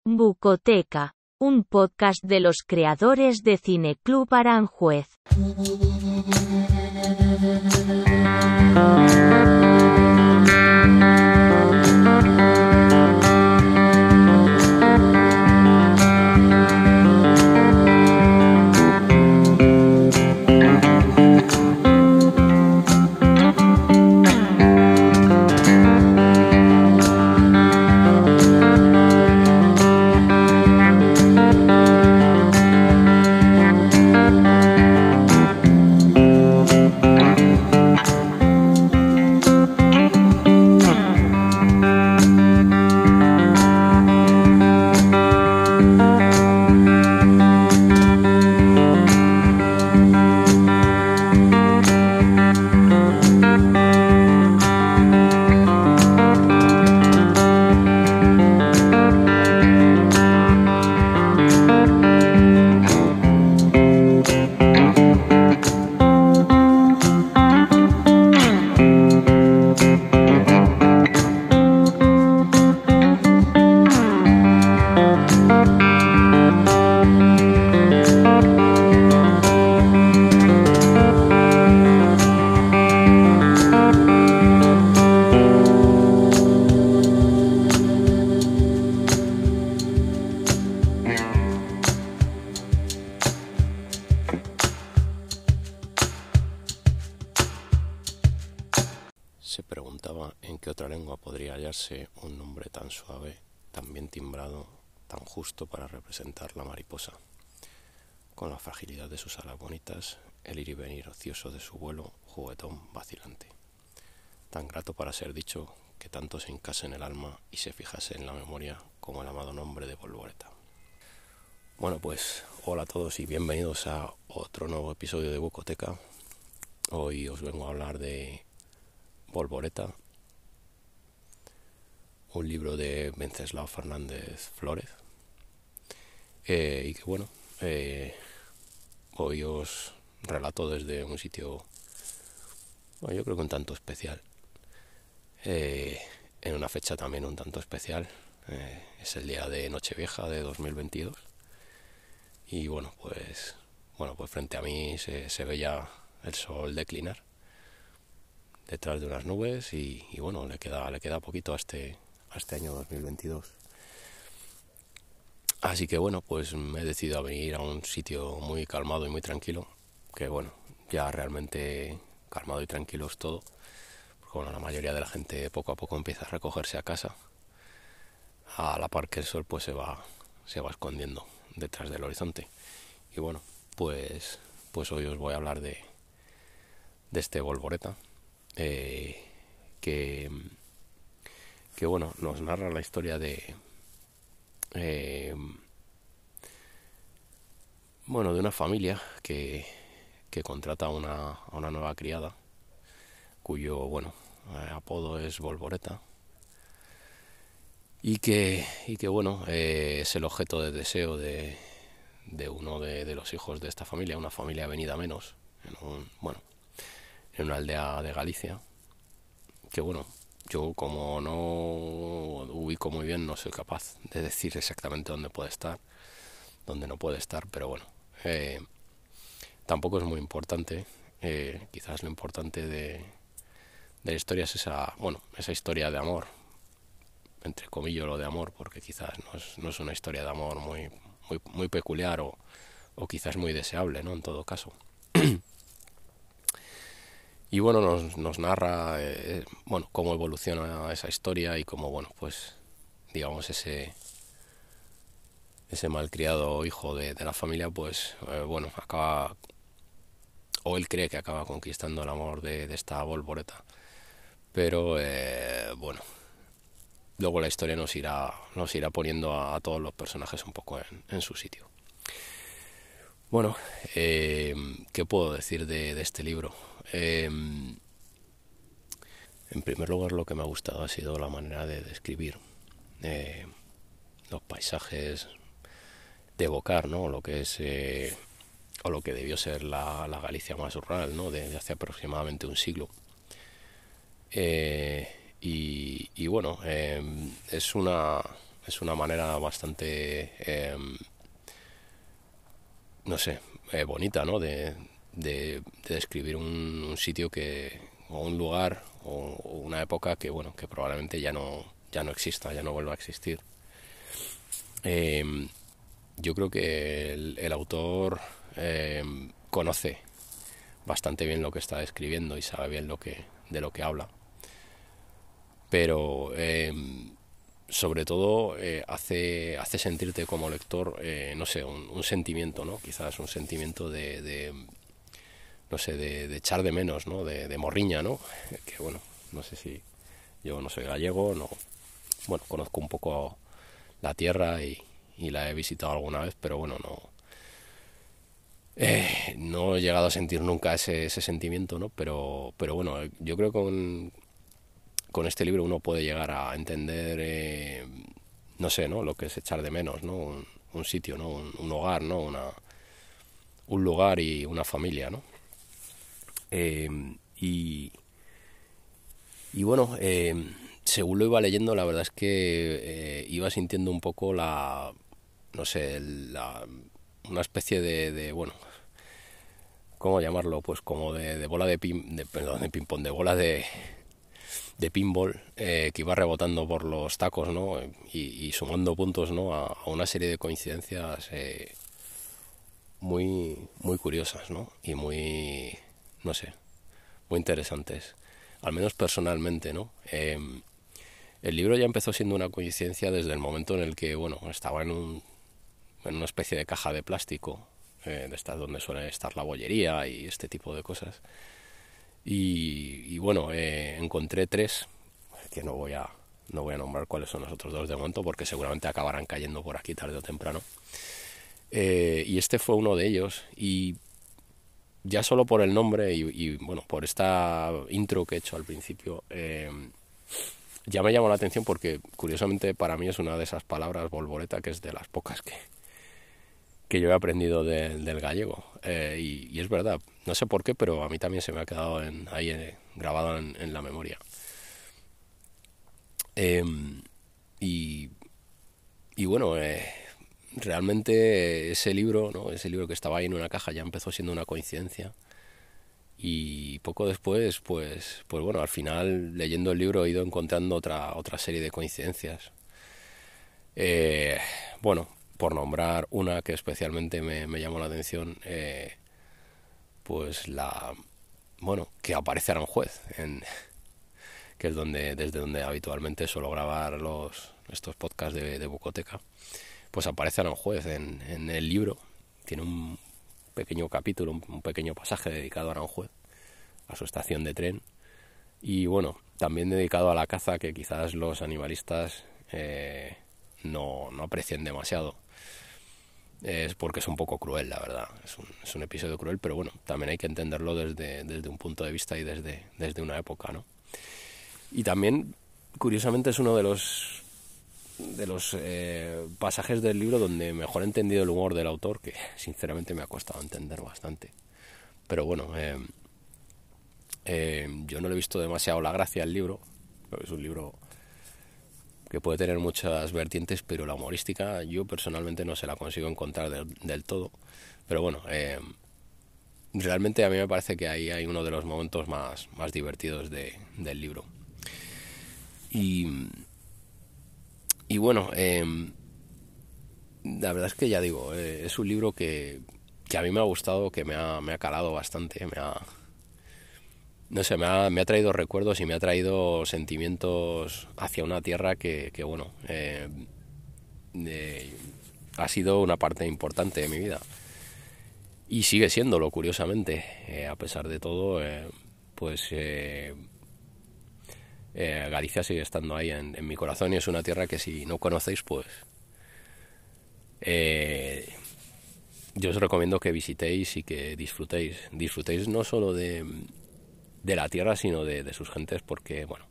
Bucoteca, un podcast de los creadores de Cineclub Aranjuez. Se preguntaba en qué otra lengua podría hallarse un nombre tan suave, tan bien timbrado, tan justo para representar la mariposa, con la fragilidad de sus alas bonitas, el ir y venir ocioso de su vuelo, juguetón, vacilante. Tan grato para ser dicho, que tanto se hincase en el alma y se fijase en la memoria como el amado nombre de Volvoreta. Bueno, pues hola a todos y bienvenidos a otro nuevo episodio de Bucoteca. Hoy os vengo a hablar de Volvoreta, un libro de Wenceslao Fernández Flórez, y que bueno, hoy os relato desde un sitio, bueno, yo creo que un tanto especial, en una fecha también un tanto especial. Es el día de Nochevieja de 2022 y bueno, pues frente a mí se ve ya el sol declinar detrás de unas nubes y bueno, le queda poquito a este año 2022. Así que bueno, pues me he decidido a venir a un sitio muy calmado y muy tranquilo, que bueno, ya realmente calmado y tranquilo es todo, porque bueno, la mayoría de la gente poco a poco empieza a recogerse a casa, a la par que el sol pues se va escondiendo detrás del horizonte. Y bueno, pues hoy os voy a hablar de este Volvoreta, que bueno, nos narra la historia de de una familia que contrata a una nueva criada, cuyo apodo es Volvoreta, y que bueno, es el objeto de deseo de uno de los hijos de esta familia, una familia venida menos en una aldea de Galicia, que bueno, yo como no ubico muy bien, no soy capaz de decir exactamente dónde puede estar, dónde no puede estar, pero bueno, tampoco es muy importante. Quizás lo importante de la historia es esa historia de amor, entre comillas lo de amor, porque quizás no es una historia de amor muy peculiar o quizás muy deseable, ¿no? En todo caso. Y bueno, nos narra cómo evoluciona esa historia y cómo pues digamos ese malcriado hijo de la familia pues acaba, o él cree que acaba conquistando el amor de esta Volvoreta, pero luego la historia nos irá poniendo a todos los personajes un poco en su sitio. Bueno, ¿qué puedo decir de este libro? En primer lugar, lo que me ha gustado ha sido la manera de describir los paisajes, de evocar, ¿no?, lo que es o lo que debió ser la Galicia más rural, ¿no?, de hace aproximadamente un siglo. Y bueno, es una es una manera bastante, no sé, bonita, ¿no? De describir un sitio o un lugar o una época que, bueno, que probablemente ya no exista, ya no vuelva a existir. Eh, yo creo que el autor conoce bastante bien lo que está escribiendo y sabe bien de lo que habla, pero sobre todo hace sentirte como lector, no sé, un sentimiento, ¿no? Quizás un sentimiento no sé, de echar de menos, ¿no? De morriña, ¿no? Que bueno, no sé si yo no soy gallego, no, bueno, conozco un poco la tierra y la he visitado alguna vez, pero bueno, no he llegado a sentir nunca ese sentimiento, ¿no? Pero bueno, yo creo que con este libro uno puede llegar a entender, no sé, ¿no? Lo que es echar de menos, ¿no? Un sitio, ¿no? Un hogar, ¿no? Un lugar y una familia, ¿no? Eh, y, y bueno, según lo iba leyendo, la verdad es que iba sintiendo un poco no sé, una especie bueno, ¿cómo llamarlo? Pues como de bola perdón, de ping-pong, de bola de pinball, que iba rebotando por los tacos, ¿no? Y sumando puntos, ¿no? A una serie de coincidencias muy curiosas, ¿no? Y no sé, muy interesantes, al menos personalmente, ¿no? El libro ya empezó siendo una coincidencia desde el momento en el que, bueno, estaba en una especie de caja de plástico, de estas donde suele estar la bollería y este tipo de cosas. Y bueno, encontré 3, que no voy a nombrar cuáles son los otros 2 de momento, porque seguramente acabarán cayendo por aquí tarde o temprano. Y este fue uno de ellos, y ya solo por el nombre y bueno, por esta intro que he hecho al principio, ya me llamó la atención porque curiosamente para mí es una de esas palabras, bolboreta, que es de las pocas que yo he aprendido del gallego. Y es verdad, no sé por qué, pero a mí también se me ha quedado ahí grabado en la memoria. Eh, y, y bueno, realmente ese libro, ¿no? Ese libro que estaba ahí en una caja ya empezó siendo una coincidencia. Y poco después, pues bueno, al final leyendo el libro he ido encontrando otra serie de coincidencias. Eh, bueno, por nombrar una que especialmente me llamó la atención, pues bueno, que aparece Aranjuez, que es desde donde habitualmente suelo grabar estos podcasts de Bucoteca. Pues aparece Aranjuez en el libro. Tiene un pequeño capítulo, un pequeño pasaje dedicado a Aranjuez, a su estación de tren. Y bueno, también dedicado a la caza, que quizás los animalistas no aprecian demasiado. Es porque es un poco cruel, la verdad. Es un episodio cruel, pero bueno, también hay que entenderlo desde un punto de vista y desde una época, ¿no? Y también, curiosamente, es uno de los pasajes del libro donde mejor he entendido el humor del autor, que sinceramente me ha costado entender bastante. Pero bueno, yo no le he visto demasiado la gracia al libro. Es un libro que puede tener muchas vertientes, pero la humorística yo personalmente no se la consigo encontrar del todo. Pero bueno, realmente a mí me parece que ahí hay uno de los momentos más divertidos del libro. Y bueno, la verdad es que ya digo, es un libro que a mí me ha gustado, que me ha calado bastante, no sé, me ha traído recuerdos y me ha traído sentimientos hacia una tierra que bueno, ha sido una parte importante de mi vida. Y sigue siéndolo, curiosamente, a pesar de todo, pues Galicia sigue estando ahí en mi corazón, y es una tierra que si no conocéis, pues yo os recomiendo que visitéis y que disfrutéis no solo de la tierra, sino de sus gentes, porque bueno,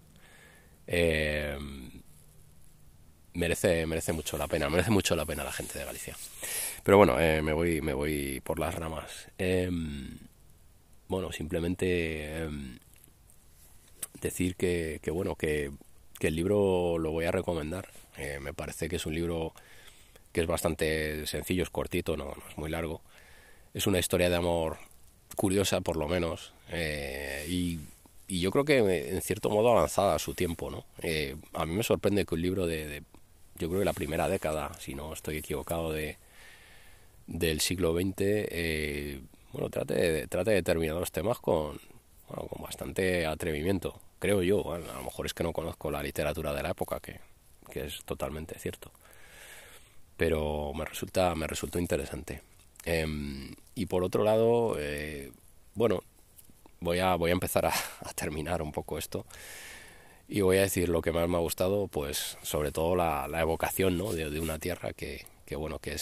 merece mucho la pena la gente de Galicia. Pero bueno, me voy por las ramas. Bueno, simplemente decir que bueno, que el libro lo voy a recomendar, Me parece que es un libro que es bastante sencillo, es cortito, no es muy largo. Es una historia de amor curiosa, por lo menos, y yo creo que en cierto modo avanzada a su tiempo, ¿no? A mí me sorprende que un libro yo creo que la primera década, si no estoy equivocado, del siglo XX, bueno, trate de determinados temas bueno, con bastante atrevimiento, creo yo. Bueno, a lo mejor es que no conozco la literatura de la época, que es totalmente cierto, pero me resultó interesante. Y por otro lado, bueno, voy a empezar a terminar un poco esto y voy a decir lo que más me ha gustado, pues sobre todo la evocación, ¿no? de una tierra bueno, que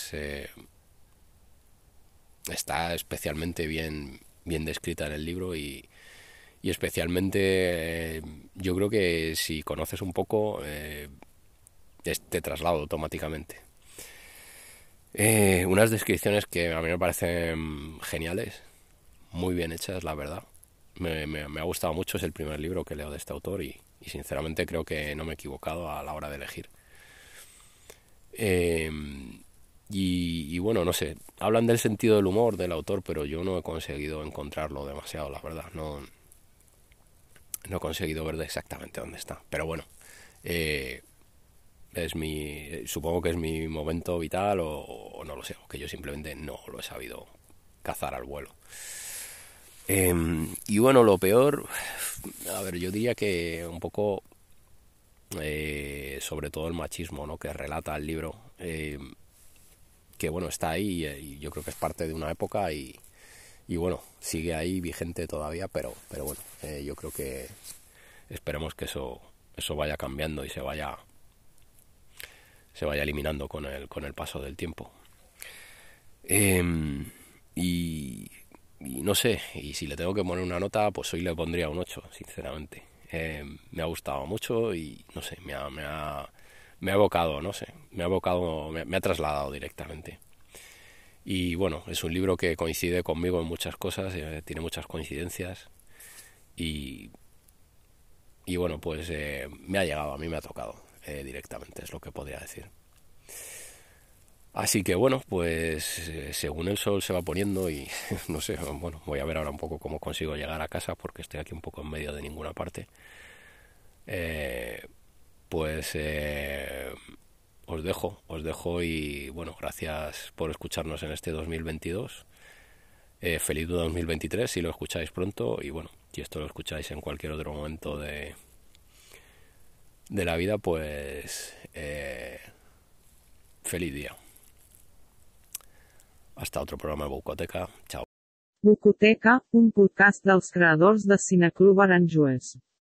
está especialmente bien descrita en el libro y especialmente yo creo que si conoces un poco te traslado automáticamente. Unas descripciones que a mí me parecen geniales, muy bien hechas, la verdad. Me ha gustado mucho, es el primer libro que leo de este autor y sinceramente creo que no me he equivocado a la hora de elegir. Eh, y bueno, no sé, hablan del sentido del humor del autor, pero yo no he conseguido encontrarlo demasiado, la verdad. No he conseguido ver exactamente dónde está. Pero bueno, eh, supongo que es mi momento vital o no lo sé, o que yo simplemente no lo he sabido cazar al vuelo. Y bueno, lo peor, a ver, yo diría que un poco, sobre todo el machismo, ¿no? Que relata el libro, que bueno, está ahí y yo creo que es parte de una época y bueno, sigue ahí vigente todavía, pero bueno, yo creo que esperemos que eso vaya cambiando y se vaya eliminando con el paso del tiempo. Y no sé, y si le tengo que poner una nota, pues hoy le pondría un 8 sinceramente. Me ha gustado mucho y no sé, me ha evocado, no sé, me ha trasladado directamente. Y bueno, es un libro que coincide conmigo en muchas cosas, tiene muchas coincidencias y, y bueno, pues me ha llegado, a mí me ha tocado directamente, es lo que podría decir. Así que bueno, pues según el sol se va poniendo y no sé, bueno, voy a ver ahora un poco cómo consigo llegar a casa porque estoy aquí un poco en medio de ninguna parte. Eh, pues os dejo y bueno, gracias por escucharnos en este 2022. Feliz 2023 si lo escucháis pronto y bueno, si esto lo escucháis en cualquier otro momento de la vida, pues feliz día. Hasta otro programa de Bucoteca. Chao. Bucoteca, un podcast dels creadors de Cineclub Aranjuez.